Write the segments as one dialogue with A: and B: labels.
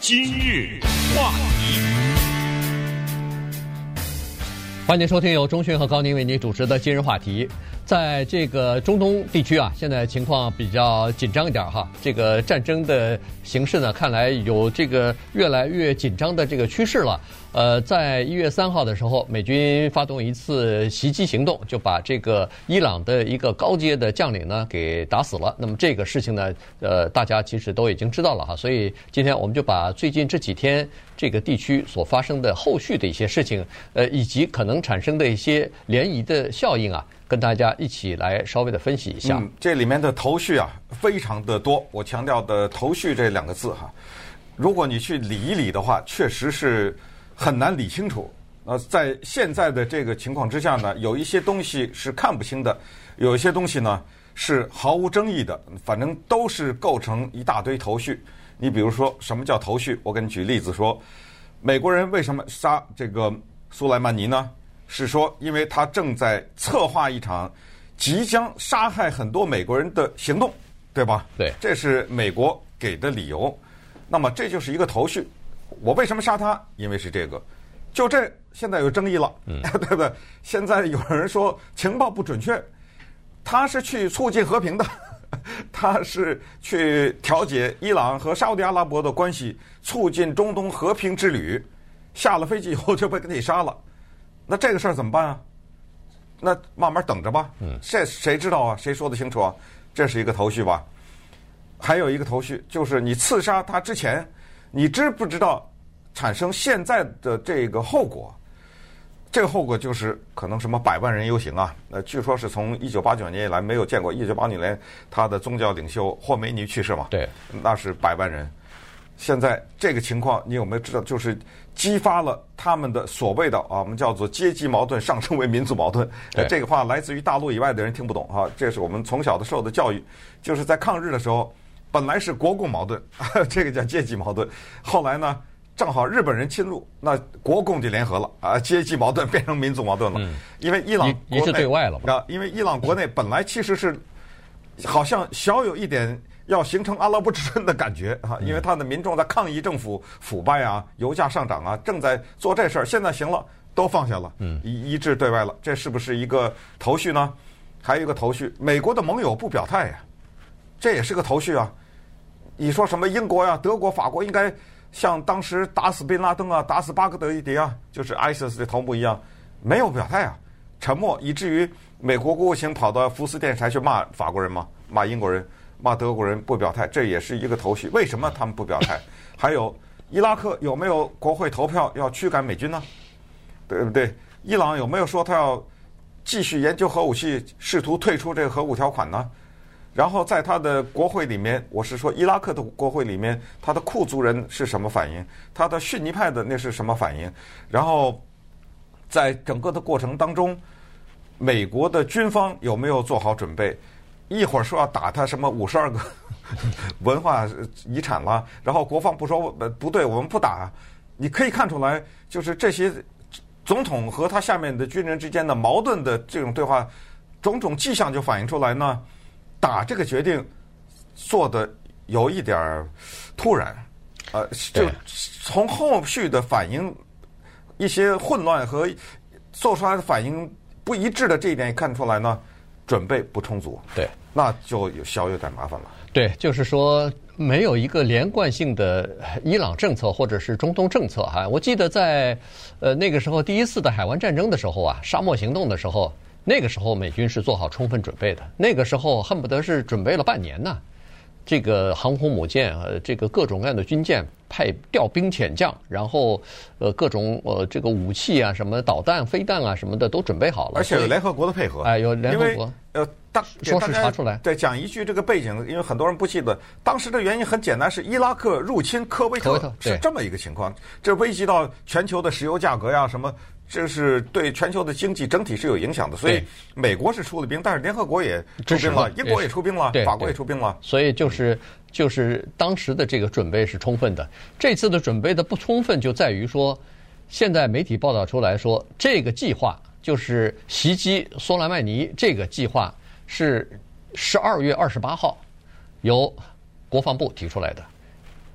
A: 今日话题，
B: 欢迎收听由钟迅和高宁为您主持的今日话题。在这个中东地区啊，现在情况比较紧张一点哈。这个战争的形势呢，看来有这个越来越紧张的这个趋势了。在1月3号的时候，美军发动一次袭击行动，就把这个伊朗的一个高阶的将领呢给打死了。那么这个事情呢，大家其实都已经知道了哈。所以今天我们就把最近这几天这个地区所发生的后续的一些事情，以及可能产生的一些涟漪的效应啊，跟大家一起来稍微的分析一下。
C: 这里面的头绪啊，非常的多。我强调的头绪这2个字哈，如果你去理一理的话，确实是很难理清楚。在现在的这个情况之下呢，有一些东西是看不清的，有一些东西呢是毫无争议的，反正都是构成一大堆头绪。你比如说，什么叫头绪？我给你举例子说，美国人为什么杀这个苏莱曼尼呢？是说，因为他正在策划一场即将杀害很多美国人的行动，对吧？
B: 对，
C: 这是美国给的理由。那么这就是一个头绪。我为什么杀他？因为是这个。就这现在有争议了，对不对？现在有人说情报不准确，他是去促进和平的。他是去调解伊朗和沙特阿拉伯的关系，促进中东和平之旅。下了飞机以后就被给你杀了，那这个事儿怎么办啊？那慢慢等着吧。这谁知道啊？谁说得清楚啊？这是一个头绪吧。还有一个头绪就是你刺杀他之前，你知不知道产生现在的这个后果？这个后果就是可能什么100万人游行啊！据说是从1989年以来没有见过。1989年他的宗教领袖霍梅尼去世嘛，
B: 对，
C: 那是100万人。现在这个情况，你有没有知道？就是激发了他们的所谓的我们叫做阶级矛盾上升为民族矛盾。这个话来自于大陆以外的人听不懂哈，这是我们从小的受的教育，就是在抗日的时候，本来是国共矛盾，这个叫阶级矛盾，后来呢？正好日本人侵入，那国共就联合了啊，阶级矛盾变成民族矛盾了。因为伊朗
B: 一致对外了嘛。
C: 因为伊朗国内本来其实是好像小有一点要形成阿拉伯之春的感觉啊，因为他的民众在抗议政府腐败啊、油价上涨啊，正在做这事儿。现在行了，都放下了，一致对外了，这是不是一个头绪呢？还有一个头绪，美国的盟友不表态呀，这也是个头绪啊。你说什么英国呀、德国、法国应该像当时打死宾拉登啊、打死巴格达迪啊，就是 ISIS 的头目一样，没有表态啊，沉默，以至于美国国务卿跑到福斯电视台去骂法国人嘛，骂英国人、骂德国人不表态，这也是一个头绪。为什么他们不表态？还有伊拉克有没有国会投票要驱赶美军呢？对不对？伊朗有没有说他要继续研究核武器，试图退出这个核武条款呢？然后在他的国会里面，我是说伊拉克的国会里面，他的库族人是什么反应？他的逊尼派的那是什么反应？然后在整个的过程当中，美国的军方有没有做好准备？一会儿说要打他什么52个文化遗产了，然后国防部说不对，我们不打。你可以看出来，就是这些总统和他下面的军人之间的矛盾的这种对话，种种迹象就反映出来呢。打这个决定做的有一点突然，就从后续的反应一些混乱和做出来的反应不一致的这一点也看出来呢，准备不充足。
B: 对，
C: 那就有点麻烦了。
B: 对，就是说没有一个连贯性的伊朗政策或者是中东政策哈。我记得在那个时候第一次的海湾战争的时候啊，沙漠行动的时候。那个时候美军是做好充分准备的，那个时候恨不得是准备了半年呢。这个航空母舰这个各种各样的军舰调兵遣将，然后各种这个武器啊，什么导弹、飞弹啊什么的都准备好了，
C: 而且有联合国的配合。
B: 有联合国。说是查出来。
C: 对，讲一句这个背景，因为很多人不记得，当时的原因很简单，是伊拉克入侵科威特，是这么一个情况，这危及到全球的石油价格呀什么。这是对全球的经济整体是有影响的，所以美国是出了兵，但是联合国也出兵了，英国也出兵了，法国也出兵了，
B: 所以就是当时的这个准备是充分的。这次的准备的不充分就在于说，现在媒体报道出来说，这个计划就是袭击苏莱曼尼这个计划是12月28号由国防部提出来的。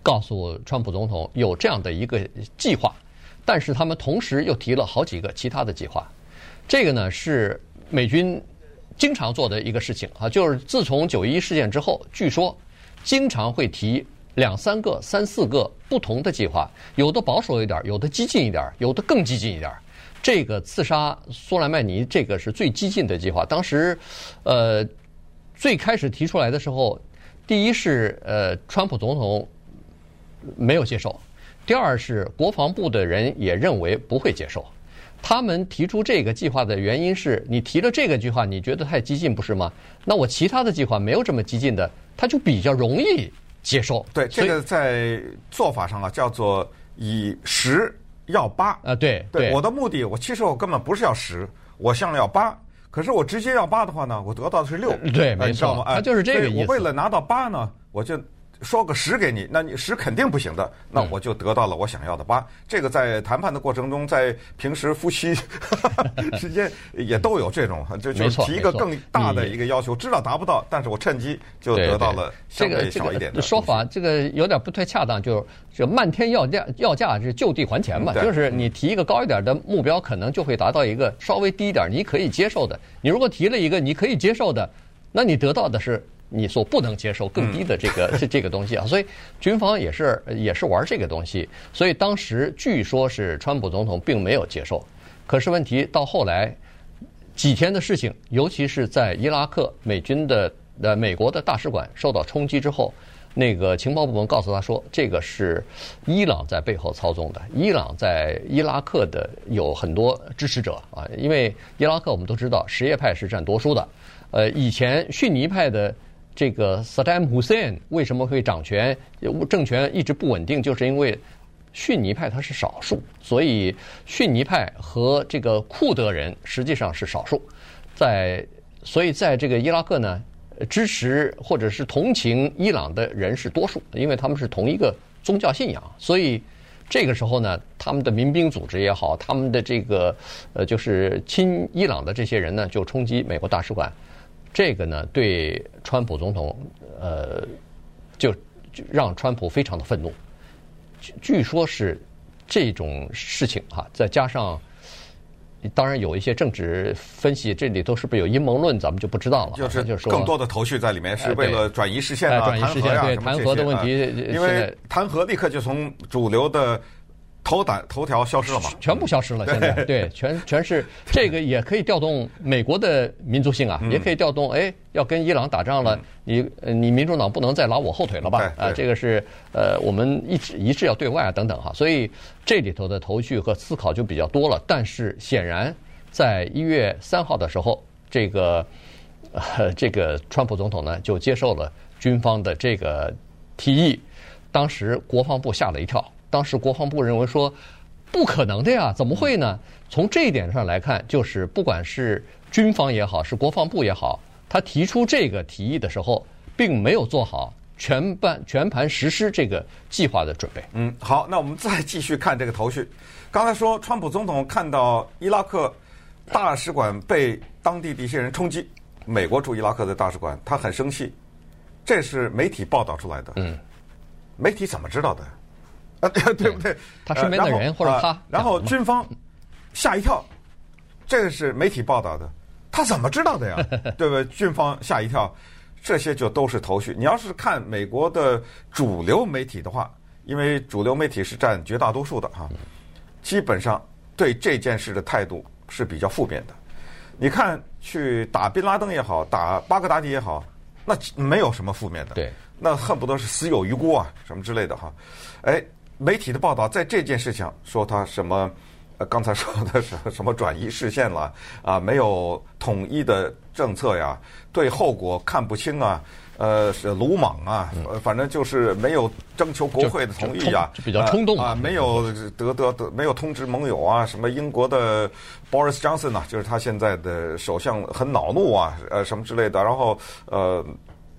B: 告诉川普总统有这样的一个计划，但是他们同时又提了好几个其他的计划。这个呢是美军经常做的一个事情啊，就是自从911事件之后，据说经常会提2、3个、3、4个不同的计划，有的保守一点，有的激进一点，有的更激进一点。这个刺杀苏莱曼尼这个是最激进的计划。当时，最开始提出来的时候，第一是川普总统没有接受，第二是国防部的人也认为不会接受。他们提出这个计划的原因是，你提了这个计划，你觉得太激进不是吗？那我其他的计划没有这么激进的，他就比较容易接受。
C: 对，这个在做法上啊，叫做以10要8
B: 啊。对，
C: 我的目的，其实我根本不是要10，我想要8。可是我直接要8的话呢，我得到的是6。
B: 对，没错，
C: 你知道吗？
B: 他就是这个意思。
C: 我为了拿到8呢，我就说个10给你，那你10肯定不行的，那我就得到了我想要的8。这个在谈判的过程中，在平时夫妻之间也都有这种，就是提一个更大的一个要求，知道达不到，但是我趁机就得到了相对少一点的
B: 说法。这个有点不太恰当，就是漫天要价，是就地还钱嘛。就是你提一个高一点的目标，可能就会达到一个稍微低一点你可以接受的。你如果提了一个你可以接受的，那你得到的是你所不能接受更低的这个东西啊，所以军方也是玩这个东西，所以当时据说是川普总统并没有接受，可是问题到后来几天的事情，尤其是在伊拉克美国的大使馆受到冲击之后，那个情报部门告诉他说，这个是伊朗在背后操纵的，伊朗在伊拉克的有很多支持者啊，因为伊拉克我们都知道什叶派是占多数的，以前逊尼派的这个 Saddam Hussein 为什么会掌权，政权一直不稳定，就是因为逊尼派它是少数，所以逊尼派和这个库德人实际上是少数，所以在这个伊拉克呢，支持或者是同情伊朗的人是多数，因为他们是同一个宗教信仰，所以这个时候呢，他们的民兵组织也好，他们的这个就是亲伊朗的这些人呢，就冲击美国大使馆。这个呢，对川普总统，就让川普非常的愤怒。据说是这种事情哈，再加上，当然有一些政治分析，这里头是不是有阴谋论，咱们就不知道了。
C: 就是说更多的头绪在里面，是为了转移视线啊、弹劾啊
B: 对弹劾的问题，
C: 因为弹劾立刻就从主流的头条消失了嘛，
B: 全部消失了。现在对，全是这个也可以调动美国的民族性啊，也可以调动要跟伊朗打仗了，你民主党不能再拉我后腿了吧？这个是我们一致要对外啊等等哈，所以这里头的头绪和思考就比较多了。但是显然在1月3号的时候，这个川普总统呢就接受了军方的这个提议，当时国防部吓了一跳。当时国防部认为说，不可能的呀，怎么会呢？从这一点上来看，就是不管是军方也好，是国防部也好，他提出这个提议的时候，并没有做好全盘实施这个计划的准备。
C: 好，那我们再继续看这个头绪。刚才说，川普总统看到伊拉克大使馆被当地的一些人冲击，美国驻伊拉克的大使馆，他很生气，这是媒体报道出来的。媒体怎么知道的？对不对？
B: 他身边的人或者他，
C: 然后军方吓一跳，这个是媒体报道的，他怎么知道的呀？对不对？军方吓一跳，这些就都是头绪。你要是看美国的主流媒体的话，因为主流媒体是占绝大多数的哈，基本上对这件事的态度是比较负面的。你看，去打宾拉登也好，打巴格达迪也好，那没有什么负面的，
B: 对，那
C: 恨不得是死有余辜啊，什么之类的哈，媒体的报道在这件事情说他什么，刚才说的是什么转移视线了啊，没有统一的政策呀，对后果看不清啊，是鲁莽啊，反正就是没有征求国会的同意啊，
B: 比较冲动
C: 啊，没有没有通知盟友啊，什么英国的 Boris Johnson 啊，就是他现在的首相很恼怒啊，什么之类的，然后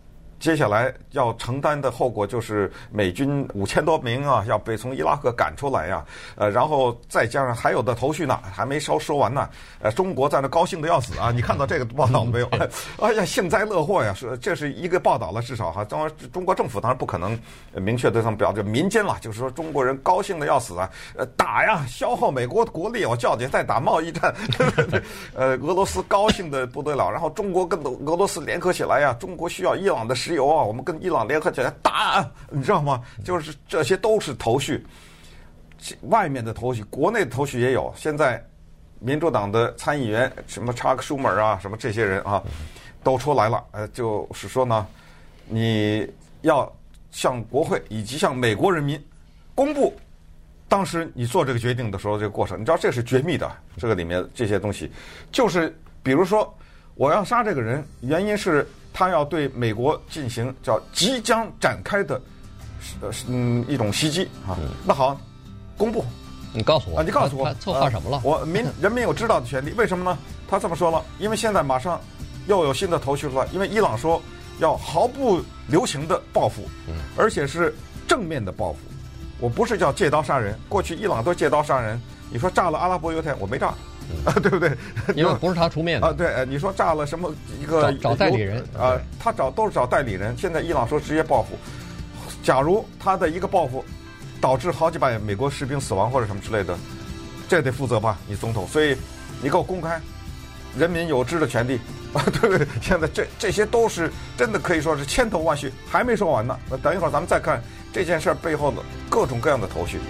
C: 接下来要承担的后果就是美军5000多名啊要被从伊拉克赶出来呀，然后再加上还有的头绪呢，还没说完呢。中国在那高兴的要死啊！你看到这个报道没有？哎呀，幸灾乐祸呀！说这是一个报道了，至少哈，中国政府当然不可能明确对他们表示，民间了，就是说中国人高兴的要死啊，打呀，消耗美国国力，我叫你再打贸易战，俄罗斯高兴的不得了，然后中国跟俄罗斯联合起来呀，中国需要伊朗的石油啊，我们跟伊朗联合起来打，你知道吗？就是这些都是头绪，外面的头绪，国内的头绪也有。现在民主党的参议员什么查克舒默啊，什么这些人啊，都出来了，就是说呢，你要向国会以及向美国人民公布当时你做这个决定的时候这个过程。你知道这是绝密的，这个里面这些东西，就是比如说我要杀这个人，原因是他要对美国进行叫即将展开的一种袭击啊。那好，公布，
B: 你告诉我，
C: 你告诉我，
B: 他策划什么了？
C: 人民有知道的权利。为什么呢？他这么说了，因为现在马上又有新的头绪出来，因为伊朗说要毫不留情的报复，而且是正面的报复。我不是叫借刀杀人，过去伊朗都借刀杀人。你说炸了阿拉伯犹太，我没炸，对不对？
B: 因为不是他出面的
C: 啊。对，你说炸了什么一个
B: 找代理人
C: 啊？他都是找代理人。现在伊朗说直接报复，假如他的一个报复导致好几百美国士兵死亡或者什么之类的，这得负责吧？你总统，所以你给我公开，人民有知的权利啊，对不对？现在这些都是真的可以说是千头万绪，还没说完呢。那等一会儿咱们再看这件事背后的各种各样的头绪。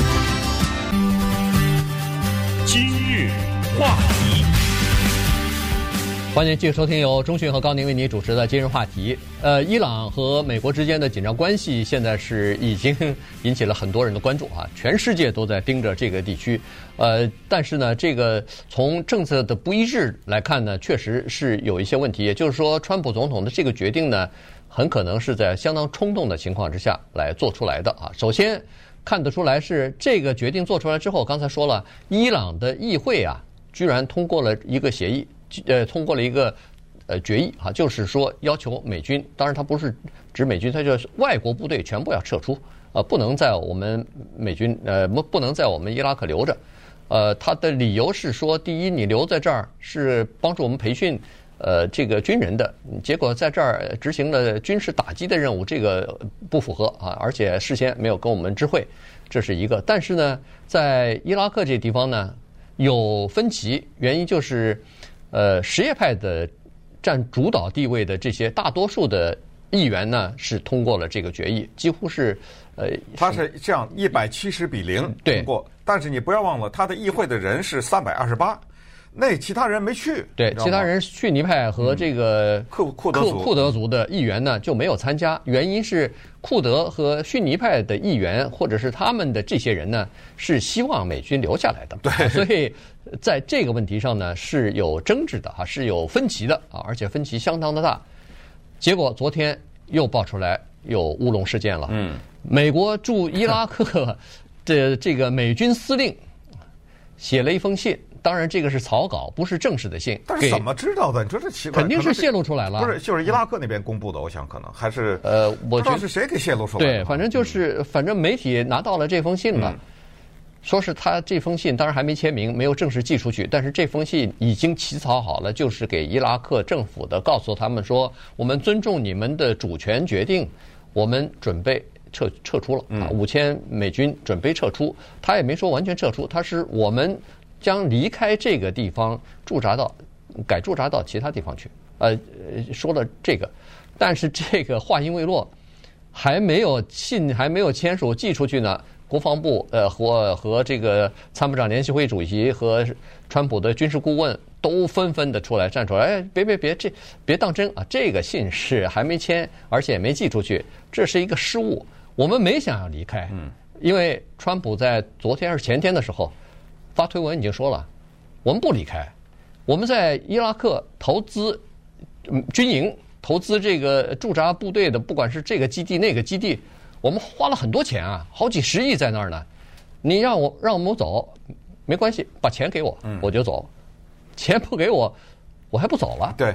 A: 今日话题，
B: 欢迎继续收听由钟迅和高宁为你主持的今日话题。伊朗和美国之间的紧张关系现在是已经引起了很多人的关注啊，全世界都在盯着这个地区。但是呢，这个从政策的不一致来看呢，确实是有一些问题。也就是说，川普总统的这个决定呢，很可能是在相当冲动的情况之下来做出来的啊。首先看得出来是这个决定做出来之后，刚才说了，伊朗的议会啊，居然通过了一个协议。通过了一个决议啊，就是说要求美军，当然它不是指美军，它就是外国部队全部要撤出，不能在我们美军不能在我们伊拉克留着。它的理由是说，第一，你留在这儿是帮助我们培训这个军人的，结果在这儿执行了军事打击的任务，这个不符合啊，而且事先没有跟我们知会，这是一个。但是呢，在伊拉克这地方呢有分歧，原因就是什叶派的占主导地位的这些大多数的议员呢是通过了这个决议，几乎是
C: 他是这样170-0通过，但是你不要忘了，他的议会的人是328。那其他人没去，
B: 对，其他人逊尼派和这个
C: 库
B: 德族的议员呢就没有参加，原因是库德和逊尼派的议员或者是他们的这些人呢是希望美军留下来的，
C: 对，
B: 所以在这个问题上呢是有争执的啊，是有分歧的啊，而且分歧相当的大。结果昨天又爆出来有乌龙事件了，美国驻伊拉克的这个美军司令写了一封信。当然，这个是草稿，不是正式的信。
C: 但是怎么知道的？你说这奇怪，
B: 肯定是泄露出来了。
C: 不是，就是伊拉克那边公布的，我想可能还是
B: 我觉得
C: 是谁给泄露出来的？
B: 对，反正媒体拿到了这封信了，说是他这封信当然还没签名，没有正式寄出去，但是这封信已经起草好了，就是给伊拉克政府的，告诉他们说，我们尊重你们的主权决定，我们准备撤出了啊，5000美军准备撤出。他也没说完全撤出，他是我们将离开这个地方，改驻扎到其他地方去。说了这个，但是这个话音未落，还没有签署寄出去呢。国防部和这个参谋长联席会主席和川普的军事顾问都纷纷的站出来，别当真啊！这个信是还没签，而且也没寄出去，这是一个失误。我们没想要离开，因为川普在昨天还是前天的时候发推文已经说了，我们不离开，我们在伊拉克投资军营，投资这个驻扎部队的，不管是这个基地那个基地，我们花了很多钱啊，好几十亿在那儿呢。你让我们走没关系，把钱给我，我就走；钱不给我，我还不走了。
C: 对，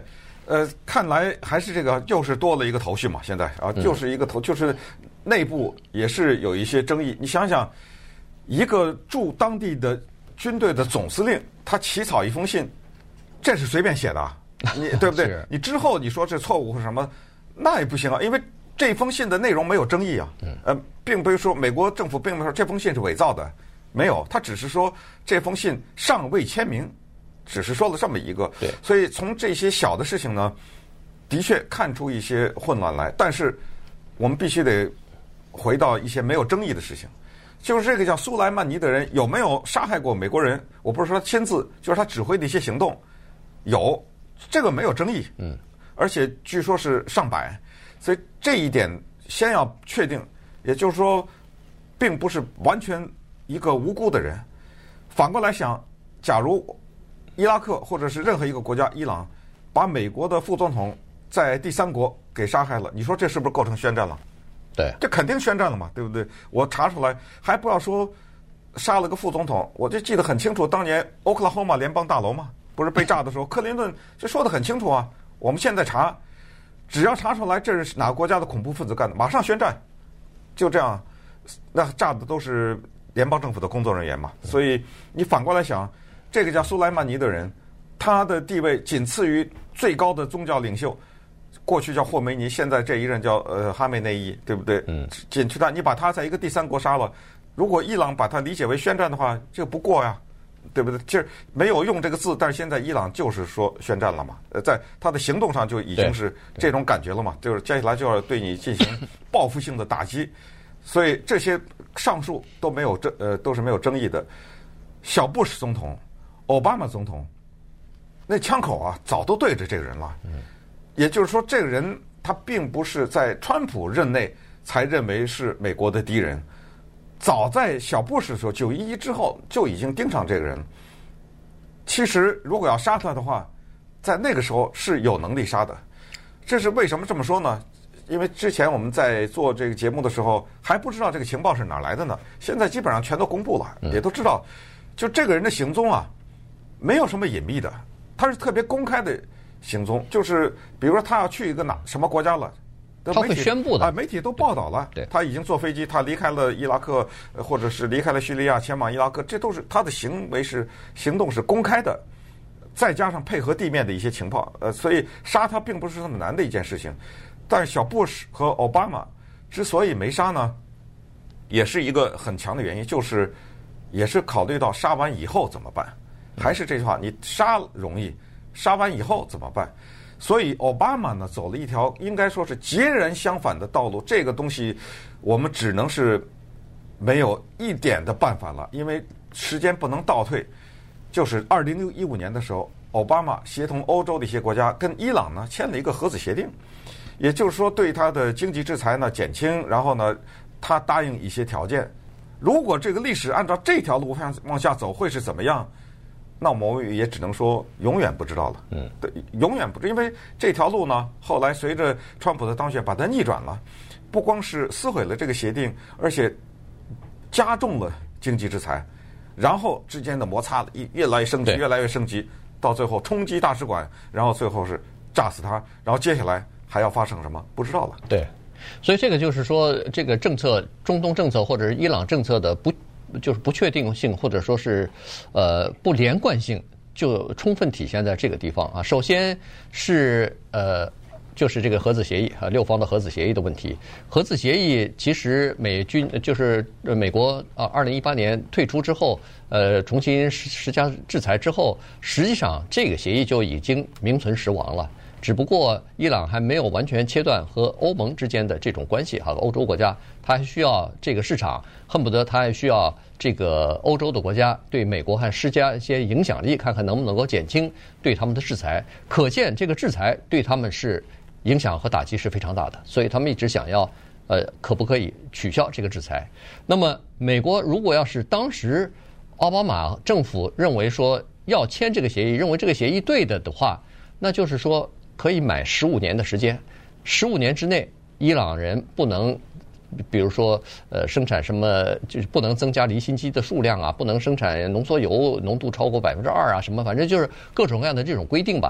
C: 看来还是这个又是多了一个头绪嘛，现在啊，就是一个头，就是内部也是有一些争议。你想想，一个驻当地的军队的总司令，他起草一封信，这是随便写的啊，你对不对？你之后你说这错误或什么，那也不行啊，因为这封信的内容没有争议啊。并不是说美国政府并没有说这封信是伪造的，没有，他只是说这封信尚未签名。只是说了这么一个，所以从这些小的事情呢，的确看出一些混乱来。但是我们必须得回到一些没有争议的事情，就是这个叫苏莱曼尼的人有没有杀害过美国人？我不是说他亲自，就是他指挥的一些行动，有，这个没有争议。而且据说是上百，所以这一点先要确定，也就是说，并不是完全一个无辜的人。反过来想，假如伊拉克或者是任何一个国家，伊朗把美国的副总统在第三国给杀害了，你说这是不是构成宣战了？
B: 对，
C: 这肯定宣战了嘛，对不对？我查出来，还不要说杀了个副总统，我就记得很清楚，当年欧克拉荷马联邦大楼嘛，不是被炸的时候，克林顿就说得很清楚啊。我们现在查，只要查出来这是哪个国家的恐怖分子干的，马上宣战，就这样。那炸的都是联邦政府的工作人员嘛，所以你反过来想。这个叫苏莱曼尼的人，他的地位仅次于最高的宗教领袖，过去叫霍梅尼，现在这一任叫哈梅内伊，对不对？仅次他，你把他在一个第三国杀了，如果伊朗把他理解为宣战的话，这个不过呀，对不对？就是没有用这个字，但是现在伊朗就是说宣战了嘛，在他的行动上就已经是这种感觉了嘛，就是接下来就要对你进行报复性的打击，所以这些上述都没有都是没有争议的。小布什总统。奥巴马总统那枪口啊，早都对着这个人了。也就是说，这个人他并不是在川普任内才认为是美国的敌人，早在小布什的时候，911之后就已经盯上这个人。其实，如果要杀他的话，在那个时候是有能力杀的。这是为什么这么说呢？因为之前我们在做这个节目的时候还不知道这个情报是哪来的呢，现在基本上全都公布了，也都知道，就这个人的行踪啊。没有什么隐秘的，他是特别公开的行踪，就是比如说他要去一个什么国家了，
B: 他会宣布的
C: 啊，媒体都报道了，他已经坐飞机，他离开了伊拉克，或者是离开了叙利亚，前往伊拉克，这都是他的行动是公开的，再加上配合地面的一些情报，所以杀他并不是那么难的一件事情。但是小布什和奥巴马之所以没杀呢，也是一个很强的原因，就是也是考虑到杀完以后怎么办。还是这句话，你杀容易，杀完以后怎么办？所以奥巴马呢走了一条应该说是截然相反的道路。这个东西我们只能是没有一点的办法了，因为时间不能倒退。就是2015年的时候，奥巴马协同欧洲的一些国家跟伊朗呢签了一个核子协定，也就是说对他的经济制裁呢减轻，然后呢他答应一些条件。如果这个历史按照这条路往下走会是怎么样？那我们也只能说永远不知道了。对，永远不知道，因为这条路呢，后来随着川普的当选，把它逆转了，不光是撕毁了这个协定，而且加重了经济制裁，然后之间的摩擦越来越升级，越来越升级，到最后冲击大使馆，然后最后是炸死他，然后接下来还要发生什么，不知道了。
B: 对，所以这个就是说，这个政策，中东政策或者是伊朗政策的就是不确定性，或者说是不连贯性，就充分体现在这个地方啊。首先是就是这个核子协议啊，6方的核子协议的问题。核子协议其实美军就是美国2018年退出之后，重新施加制裁之后，实际上这个协议就已经名存实亡了。只不过伊朗还没有完全切断和欧盟之间的这种关系哈，欧洲国家它还需要这个市场，恨不得它还需要这个欧洲的国家对美国还施加一些影响力，看看能不能够减轻对他们的制裁。可见这个制裁对他们是影响和打击是非常大的，所以他们一直想要可不可以取消这个制裁。那么美国如果要是当时奥巴马政府认为说要签这个协议，认为这个协议对的话，那就是说可以买15年的时间，15年之内伊朗人不能比如说生产什么，就是不能增加离心机的数量啊，不能生产浓缩铀浓度超过2%啊，什么反正就是各种各样的这种规定吧。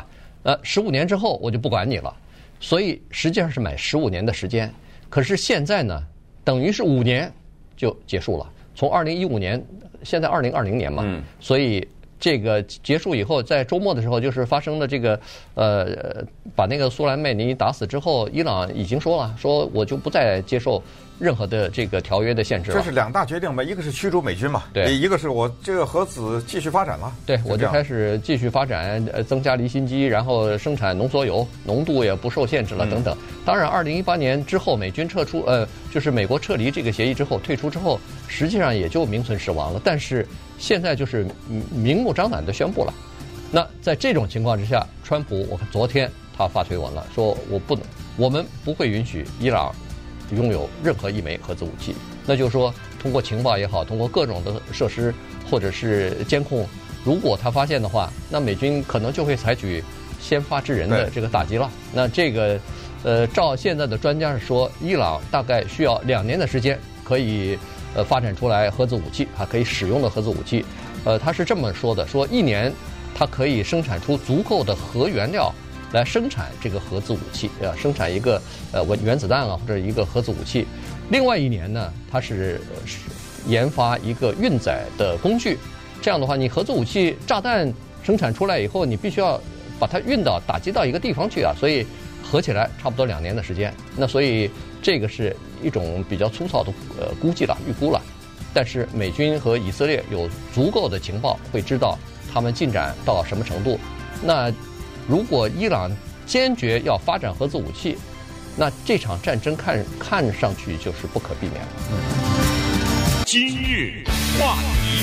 B: 15年之后我就不管你了。所以实际上是买15年的时间。可是现在呢，等于是5年就结束了。从2015年，现在2020年嘛，所以这个结束以后，在周末的时候，就是发生了这个把那个苏莱曼尼打死之后，伊朗已经说了，说我就不再接受任何的这个条约的限制了。
C: 这是2大决定嘛，一个是驱逐美军嘛，
B: 对，
C: 一个是我这个核子继续发展了，
B: 对，我就开始继续发展，增加离心机，然后生产浓缩铀，浓度也不受限制了等等。当然，2018年之后，美军撤出，就是美国撤离这个协议之后，退出之后，实际上也就名存实亡了。但是现在就是明目张胆的宣布了。那在这种情况之下，川普我看昨天他发推文了，说我们不会允许伊朗拥有任何一枚核子武器。那就是说，通过情报也好，通过各种的设施或者是监控，如果他发现的话，那美军可能就会采取先发制人的这个打击了。那这个照现在的专家是说，伊朗大概需要2年的时间可以发展出来核子武器，可以使用的核子武器。他是这么说的，说1年它可以生产出足够的核原料来生产这个核子武器，生产一个原子弹啊，或者一个核子武器。另外1年呢，它是研发一个运载的工具。这样的话，你核子武器炸弹生产出来以后，你必须要把它打击到一个地方去啊，所以合起来差不多2年的时间。那所以这个是一种比较粗糙的估计了，预估了。但是美军和以色列有足够的情报，会知道他们进展到什么程度。那如果伊朗坚决要发展核子武器，那这场战争看上去就是不可避免了。
A: 今日话题，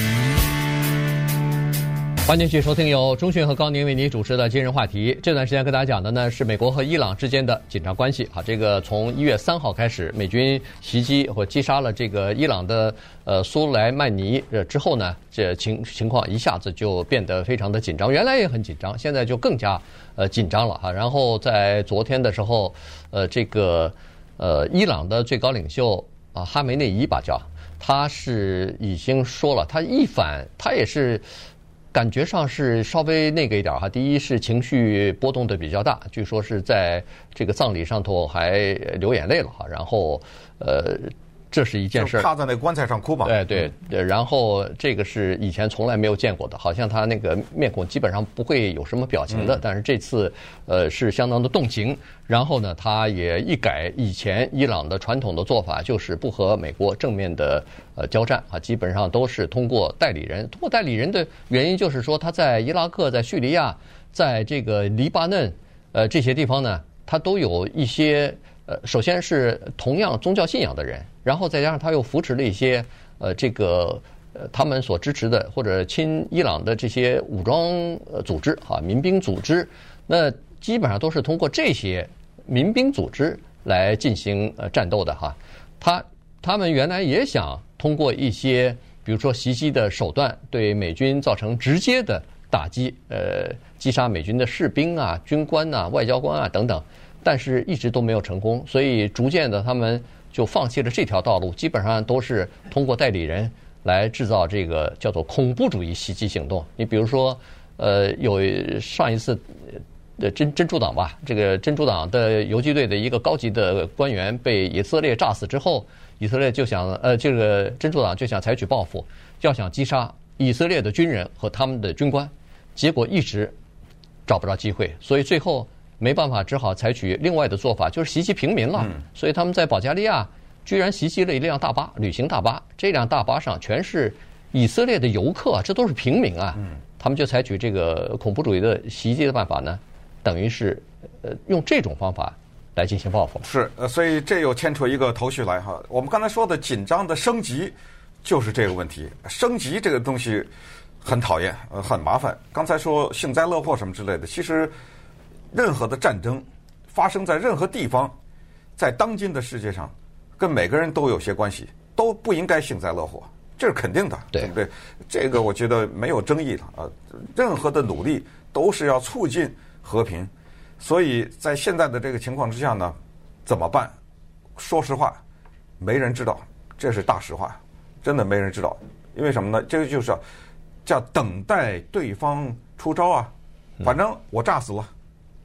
B: 欢迎继续收听由钟迅和高宁为你主持的今日话题。这段时间跟大家讲的呢是美国和伊朗之间的紧张关系。这个从1月3号开始，美军袭击或击杀了这个伊朗的苏莱曼尼之后呢，这情况一下子就变得非常的紧张。原来也很紧张，现在就更加紧张了哈。然后在昨天的时候，这个伊朗的最高领袖哈梅内伊吧叫，他是已经说了，他也是感觉上是稍微那个一点哈。第一是情绪波动的比较大，据说是在这个葬礼上头还流眼泪了哈。然后这是一件事，
C: 趴在那棺材上哭吧。
B: 对，然后这个是以前从来没有见过的，好像他那个面孔基本上不会有什么表情的，但是这次是相当的动情。然后呢，他也一改以前伊朗的传统的做法，就是不和美国正面的交战基本上都是通过代理人。通过代理人的原因就是说，他在伊拉克、在叙利亚、在这个黎巴嫩这些地方呢，他都有一些首先是同样宗教信仰的人，然后再加上他又扶持了一些他们所支持的或者亲伊朗的这些武装组织民兵组织。那基本上都是通过这些民兵组织来进行战斗的哈。他们原来也想通过一些比如说袭击的手段对美军造成直接的打击，击杀美军的士兵啊、军官啊、外交官啊等等，但是一直都没有成功。所以逐渐的他们就放弃了这条道路，基本上都是通过代理人来制造这个叫做恐怖主义袭击行动。你比如说有上一次真主党吧，这个真主党的游击队的一个高级的官员被以色列炸死之后，以色列就想这个真主党就想采取报复，要想击杀以色列的军人和他们的军官，结果一直找不着机会，所以最后没办法，只好采取另外的做法，就是袭击平民了。所以他们在保加利亚居然袭击了一辆大巴，旅行大巴，这辆大巴上全是以色列的游客，这都是平民啊。他们就采取这个恐怖主义的袭击的办法呢，等于是用这种方法来进行报复。
C: 是所以这又牵出一个头绪来哈。我们刚才说的紧张的升级就是这个问题。升级这个东西很讨厌，很麻烦。刚才说幸灾乐祸什么之类的，其实任何的战争发生在任何地方，在当今的世界上，跟每个人都有些关系，都不应该幸灾乐祸，这是肯定的，对不对？这个我觉得没有争议了任何的努力都是要促进和平。所以在现在的这个情况之下呢，怎么办？说实话，没人知道，这是大实话，真的没人知道。因为什么呢？这个就是叫等待对方出招啊。反正我炸死了，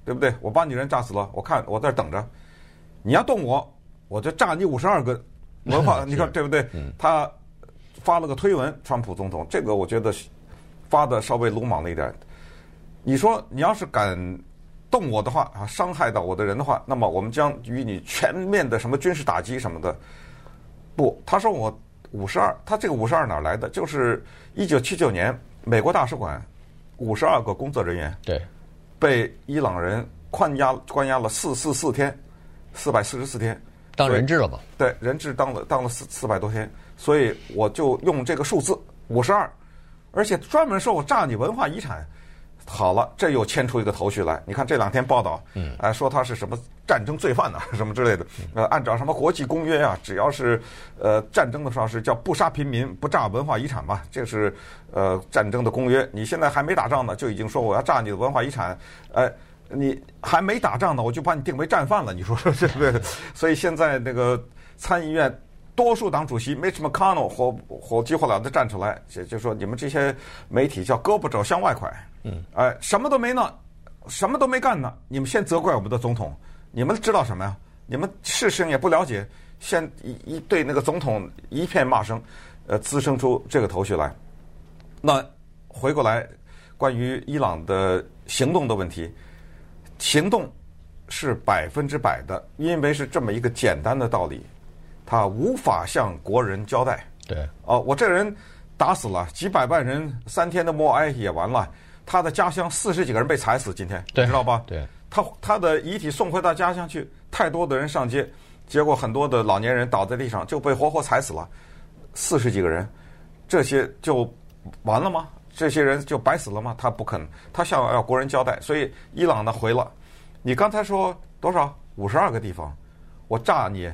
C: 对不对？我把你人炸死了，我看我在这等着，你要动我就炸你52个文化，你看对不对？他发了个推文，川普总统，这个我觉得发的稍微鲁莽了一点。你说你要是敢动我的话啊，伤害到我的人的话，那么我们将与你全面的什么军事打击什么的。不，他说我52，他这个52哪来的？就是1979年美国大使馆52个工作人员
B: 对
C: 被伊朗人关押了444天，444天，
B: 当人质了吧？
C: 对，人质当了400多天，所以我就用这个数字52，而且专门说我炸你文化遗产。好了，这又牵出一个头绪来。你看这2天报道，说他是什么战争罪犯呐，什么之类的。按照什么国际公约啊，只要是战争的时候是叫不杀平民、不炸文化遗产嘛，这是战争的公约。你现在还没打仗呢，就已经说我要炸你的文化遗产，你还没打仗呢，我就把你定为战犯了。你说对不对？所以现在那个参议院多数党主席 Mitch McConnell 火急火燎的站出来，就说你们这些媒体叫胳膊肘向外拐。什么都没呢，什么都没干呢，你们先责怪我们的总统，你们知道什么呀？你们事情也不了解，先一对那个总统一片骂声，滋生出这个头绪来。那回过来，关于伊朗的行动的问题，行动是100%的，因为是这么一个简单的道理，他无法向国人交代。
B: 对，
C: 我这人打死了几百万人，3天的默哀也完了。他的家乡40几个人被踩死，今天你知道吧？
B: 对，
C: 他的遗体送回到家乡去，太多的人上街，结果很多的老年人倒在地上就被活活踩死了，40几个人，这些就完了吗？这些人就白死了吗？他不肯，他想要国人交代，所以伊朗呢回了。你刚才说多少？52个地方，我炸你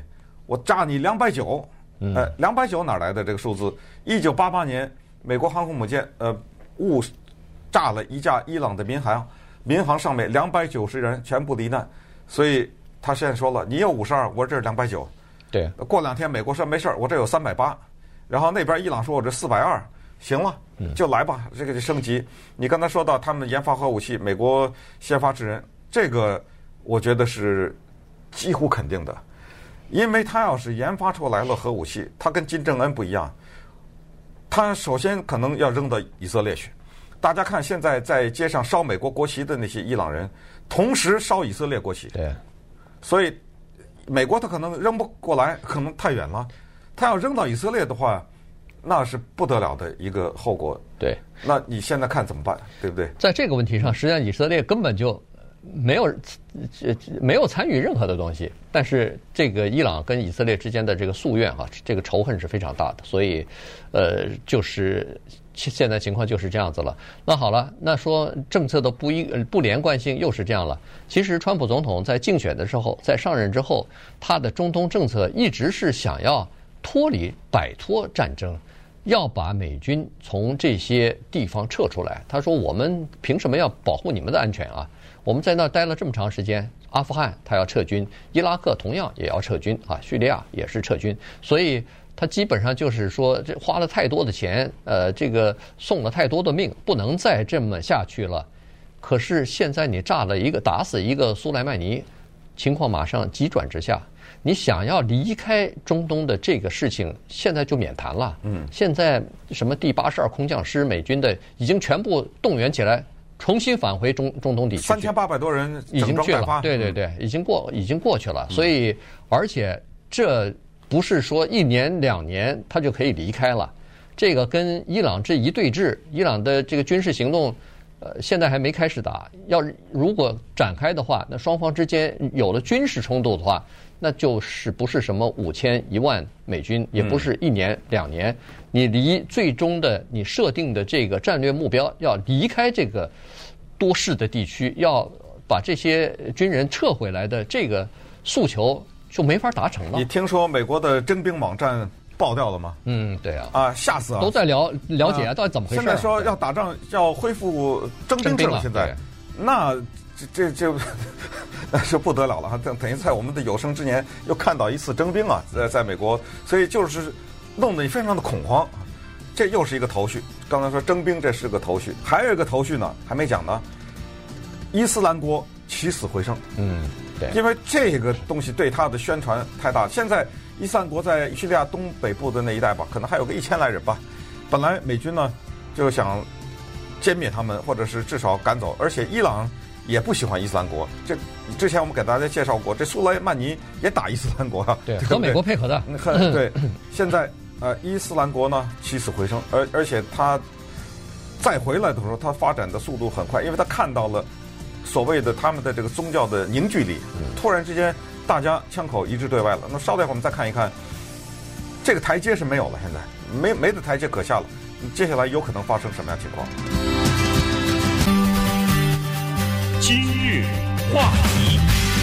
C: 290。290哪来的这个数字？1988年，美国航空母舰误炸了一架伊朗的民航上面290人全部罹难，所以他现在说了，你有52，我这是290。
B: 对，
C: 过2天美国说没事，我这有380，然后那边伊朗说我这420，行了，就来吧，这个就升级。你刚才说到他们研发核武器，美国先发制人，这个我觉得是几乎肯定的，因为他要是研发出来了核武器，他跟金正恩不一样，他首先可能要扔到以色列去。大家看，现在在街上烧美国国旗的那些伊朗人，同时烧以色列国旗。
B: 对，
C: 所以美国他可能扔不过来，可能太远了。他要扔到以色列的话，那是不得了的一个后果。
B: 对，
C: 那你现在看怎么办？对不对？
B: 在这个问题上，实际上以色列根本就没有参与任何的东西，但是这个伊朗跟以色列之间的这个夙愿哈，这个仇恨是非常大的，所以就是现在情况就是这样子了。那好了，那说政策的不连贯性又是这样了。其实川普总统在竞选的时候，在上任之后，他的中东政策一直是想要摆脱战争，要把美军从这些地方撤出来。他说我们凭什么要保护你们的安全啊？我们在那儿待了这么长时间，阿富汗他要撤军，伊拉克同样也要撤军啊，叙利亚也是撤军，所以他基本上就是说，这花了太多的钱，这个送了太多的命，不能再这么下去了。可是现在你打死一个苏莱曼尼，情况马上急转直下。你想要离开中东的这个事情，现在就免谈了。现在什么第82空降师美军的已经全部动员起来，重新返回中东地区
C: ，3800多人
B: 已经去了。对，已经过去了。所以，而且这不是说1年2年他就可以离开了。这个跟伊朗这一对峙，伊朗的这个军事行动，现在还没开始打。如果展开的话，那双方之间有了军事冲突的话，那就是不是什么5000、1万美军，也不是1年2年。你离最终的你设定的这个战略目标，要离开这个多事的地区，要把这些军人撤回来的这个诉求就没法达成了。
C: 你听说美国的征兵网站爆掉了吗？
B: 对啊，
C: 吓死啊！
B: 都在了解到底怎么回事。
C: 现在说要打仗，要恢复征兵制了。现在，那这那是不得了了哈！等于在我们的有生之年又看到一次征兵啊，在美国，所以就是弄得你非常的恐慌。这又是一个头绪。刚才说征兵，这是个头绪，还有一个头绪呢，还没讲呢。伊斯兰国起死回生。
B: 对，
C: 因为这个东西对他的宣传太大。现在伊斯兰国在叙利亚东北部的那一带吧，可能还有个1000来人吧。本来美军呢就想歼灭他们，或者是至少赶走，而且伊朗也不喜欢伊斯兰国。这之前我们给大家介绍过，这苏莱曼尼也打伊斯兰国啊，
B: 对，和美国配合的。
C: 对，现在伊斯兰国呢起死回生，而且他再回来的时候，他发展的速度很快，因为他看到了所谓的他们的这个宗教的凝聚力，突然之间大家枪口一致对外了。那稍待会儿我们再看一看，这个台阶是没有了，现在没的台阶可下了。接下来有可能发生什么样情况？
A: 今日话题。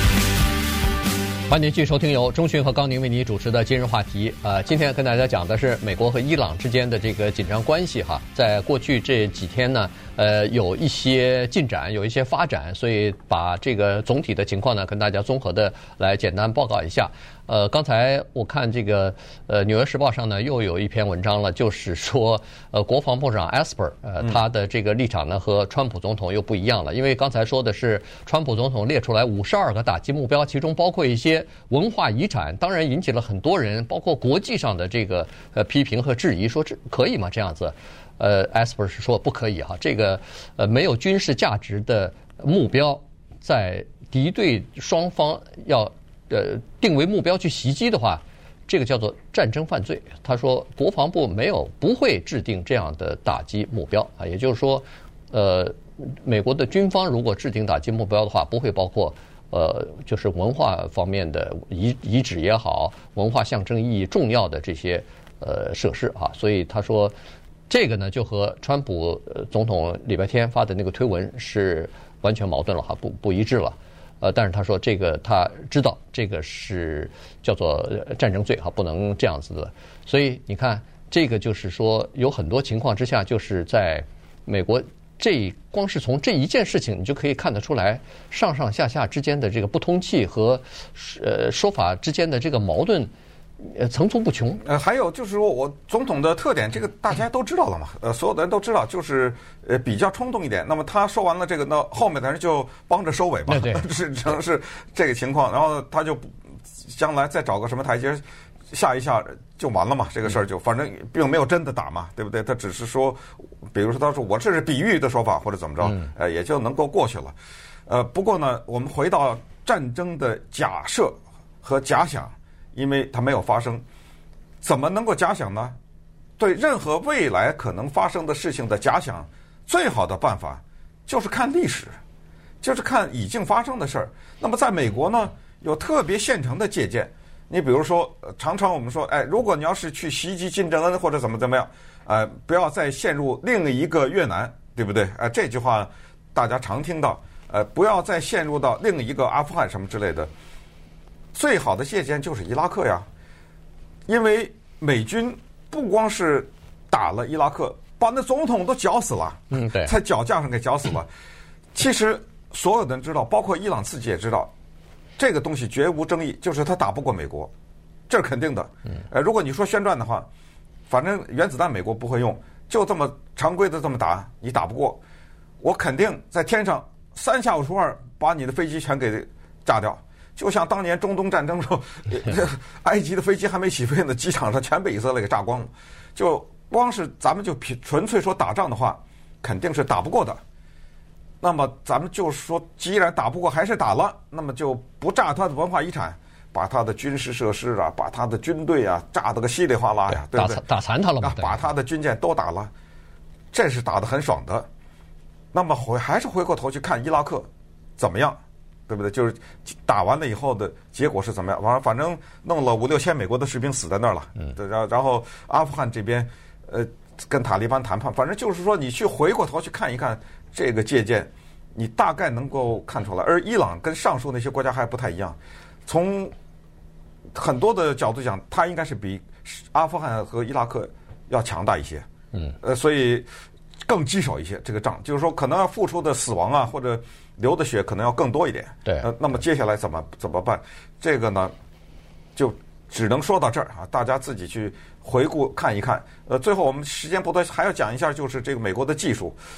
B: 欢迎继续收听由钟迅和高宁为你主持的今日话题。今天跟大家讲的是美国和伊朗之间的这个紧张关系哈，在过去这几天呢，有一些进展，有一些发展，所以把这个总体的情况呢，跟大家综合的来简单报告一下。刚才我看这个纽约时报上呢又有一篇文章了，就是说国防部长 Esper 他的这个立场呢和川普总统又不一样了，因为刚才说的是川普总统列出来52个打击目标，其中包括一些文化遗产，当然引起了很多人包括国际上的这个批评和质疑，说这可以吗这样子？Esper 是说不可以哈，这个没有军事价值的目标在敌对双方要定为目标去袭击的话，这个叫做战争犯罪。他说国防部不会制定这样的打击目标啊，也就是说美国的军方如果制定打击目标的话，不会包括就是文化方面的遗址也好，文化象征意义重要的这些设施啊。所以他说这个呢就和川普总统礼拜天发的那个推文是完全矛盾了哈，不一致了。但是他说这个他知道这个是叫做战争罪哈，不能这样子的。所以你看，这个就是说有很多情况之下，就是在美国光是从这一件事情，你就可以看得出来上上下下之间的这个不通气和说法之间的这个矛盾。层出不穷。
C: 还有就是说我总统的特点，这个大家都知道了嘛，所有的人都知道，就是比较冲动一点。那么他说完了这个，那后面的人就帮着收尾吧，
B: 对
C: 是这个情况。然后他就将来再找个什么台阶下一下就完了嘛，这个事儿就反正并没有真的打嘛，对不对？他只是说，比如说他说我这是比喻的说法或者怎么着，也就能够过去了。不过呢，我们回到战争的假设和假想。因为它没有发生，怎么能够假想呢？对任何未来可能发生的事情的假想，最好的办法就是看历史，就是看已经发生的事儿。那么在美国呢，有特别现成的借鉴。你比如说，常常我们说，如果你要是去袭击金正恩或者怎么样，不要再陷入另一个越南，对不对？这句话大家常听到，不要再陷入到另一个阿富汗什么之类的。最好的借鉴就是伊拉克呀，因为美军不光是打了伊拉克，把那总统都绞死了，
B: 对，
C: 在脚架上给绞死了。其实所有的人知道，包括伊朗自己也知道，这个东西绝无争议，就是他打不过美国，这是肯定的。如果你说宣战的话，反正原子弹美国不会用，就这么常规的这么打，你打不过，我肯定在天上3下5除2把你的飞机全给炸掉。就像当年中东战争时候，埃及的飞机还没起飞呢，机场上全被以色列给炸光了。就光是咱们就纯粹说打仗的话，肯定是打不过的。那么咱们就说，既然打不过还是打了，那么就不炸他的文化遗产，把他的军事设施啊，把他的军队啊炸得个稀里哗啦呀，对不对？
B: 打残他了嘛，
C: 把他的军舰都打了，这是打得很爽的。那么还是回过头去看伊拉克怎么样？对不对？就是打完了以后的结果是怎么样？反正弄了5、6千美国的士兵死在那儿了。然后阿富汗这边，跟塔利班谈判，反正就是说，你去回过头去看一看这个借鉴，你大概能够看出来。而伊朗跟上述那些国家还不太一样，从很多的角度讲，它应该是比阿富汗和伊拉克要强大一些。所以更棘手一些。这个仗就是说，可能要付出的死亡啊，或者流的血可能要更多一点。
B: 对，
C: 那么接下来怎么办？这个呢，就只能说到这儿啊，大家自己去回顾看一看。最后我们时间不多，还要讲一下，就是这个美国的技术。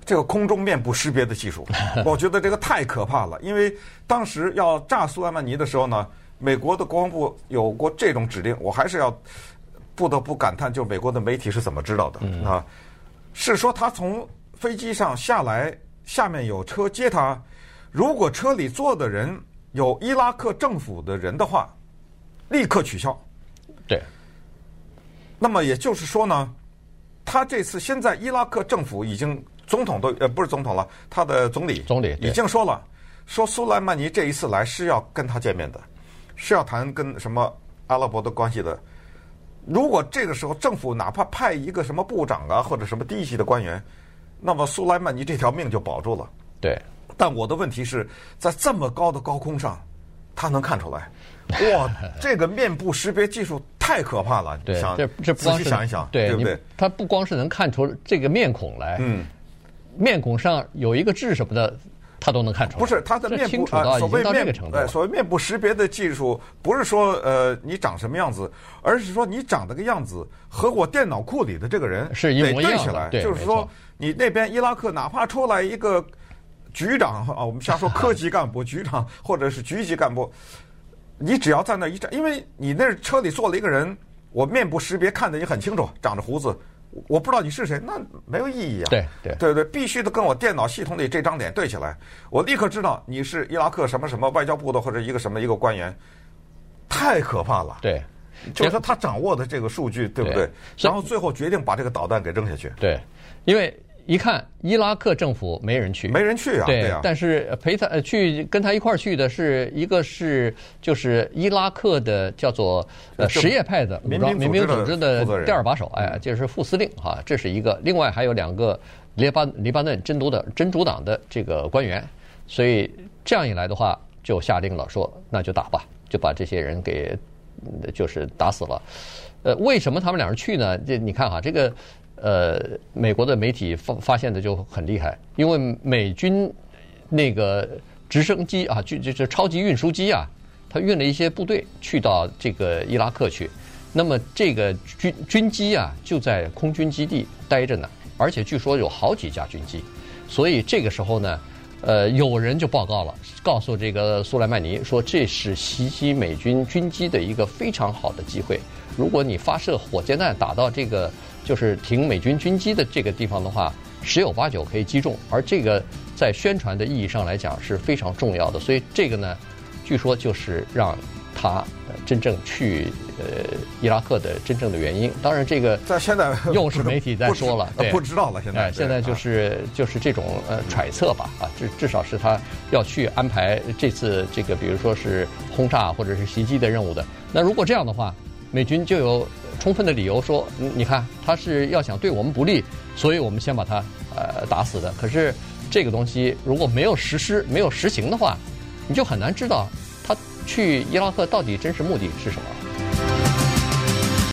C: 这个空中面部识别的技术，我觉得这个太可怕了。因为当时要炸苏莱曼尼的时候呢，美国的国防部有过这种指令，我还是要不得不感叹，就美国的媒体是怎么知道的啊？是说他从飞机上下来，下面有车接他，如果车里坐的人有伊拉克政府的人的话，立刻取消。
B: 对。
C: 那么也就是说呢，他这次现在伊拉克政府已经总统都不是总统了，他的总理已经说了，说苏莱曼尼这一次来是要跟他见面的，是要谈跟什么阿拉伯的关系的。如果这个时候政府哪怕派一个什么部长啊或者什么低级的官员，那么苏莱曼尼这条命就保住了。
B: 对。
C: 但我的问题是在这么高的高空上，他能看出来？哇，这个面部识别技术太可怕了！
B: 对，
C: 这仔细想一想，对不对？
B: 他不光是能看出这个面孔来，面孔上有一个痣什么的，他都能看出来。
C: 不是他的面部
B: 所谓这个程度，
C: 所谓面部识别的技术，不是说你长什么样子，而是说你长这个样子和我电脑库里的这个人
B: 是一模一样
C: 的。就是说，你那边伊拉克哪怕出来一个局长啊，我们瞎说科级干部、局长或者是局级干部。你只要在那一站，因为你那车里坐了一个人，我面部识别看得也很清楚，长着胡子，我不知道你是谁，那没有意义啊。对，必须得跟我电脑系统里这张脸对起来，我立刻知道你是伊拉克什么什么外交部的或者一个官员，太可怕了。
B: 对，
C: 就是说他掌握的这个数据，对不对？然后最后决定把这个导弹给扔下去。
B: 对，因为一看伊拉克政府没人去
C: 啊，对啊。
B: 但是陪他去跟他一块儿去的是一个是就是伊拉克的叫做什叶派的民兵组织的第二把手，就是副司令哈，这是一个。另外还有2个黎巴嫩真主党的这个官员，所以这样一来的话，就下令了说那就打吧，就把这些人给就是打死了。为什么他们2人去呢？这你看哈，这个。美国的媒体发现的就很厉害，因为美军那个直升机啊，就是超级运输机啊，它运了一些部队去到这个伊拉克去，那么这个军机啊就在空军基地待着呢，而且据说有好几架军机，所以这个时候呢，有人就报告了，告诉这个苏莱曼尼说，这是袭击美军军机的一个非常好的机会，如果你发射火箭弹打到这个。就是停美军军机的这个地方的话，10有8九可以击中，而这个在宣传的意义上来讲是非常重要的，所以这个呢，据说就是让他真正去伊拉克的真正的原因。当然，这个
C: 在现在
B: 又是媒体在说了，对，
C: 不知道了。
B: 现在就是这种揣测吧，至少是他要去安排这次这个，比如说是轰炸或者是袭击的任务的。那如果这样的话，美军就有充分的理由说，你看他是要想对我们不利，所以我们先把他打死的。可是这个东西如果没有实施、没有实行的话，你就很难知道他去伊拉克到底真实目的是什么。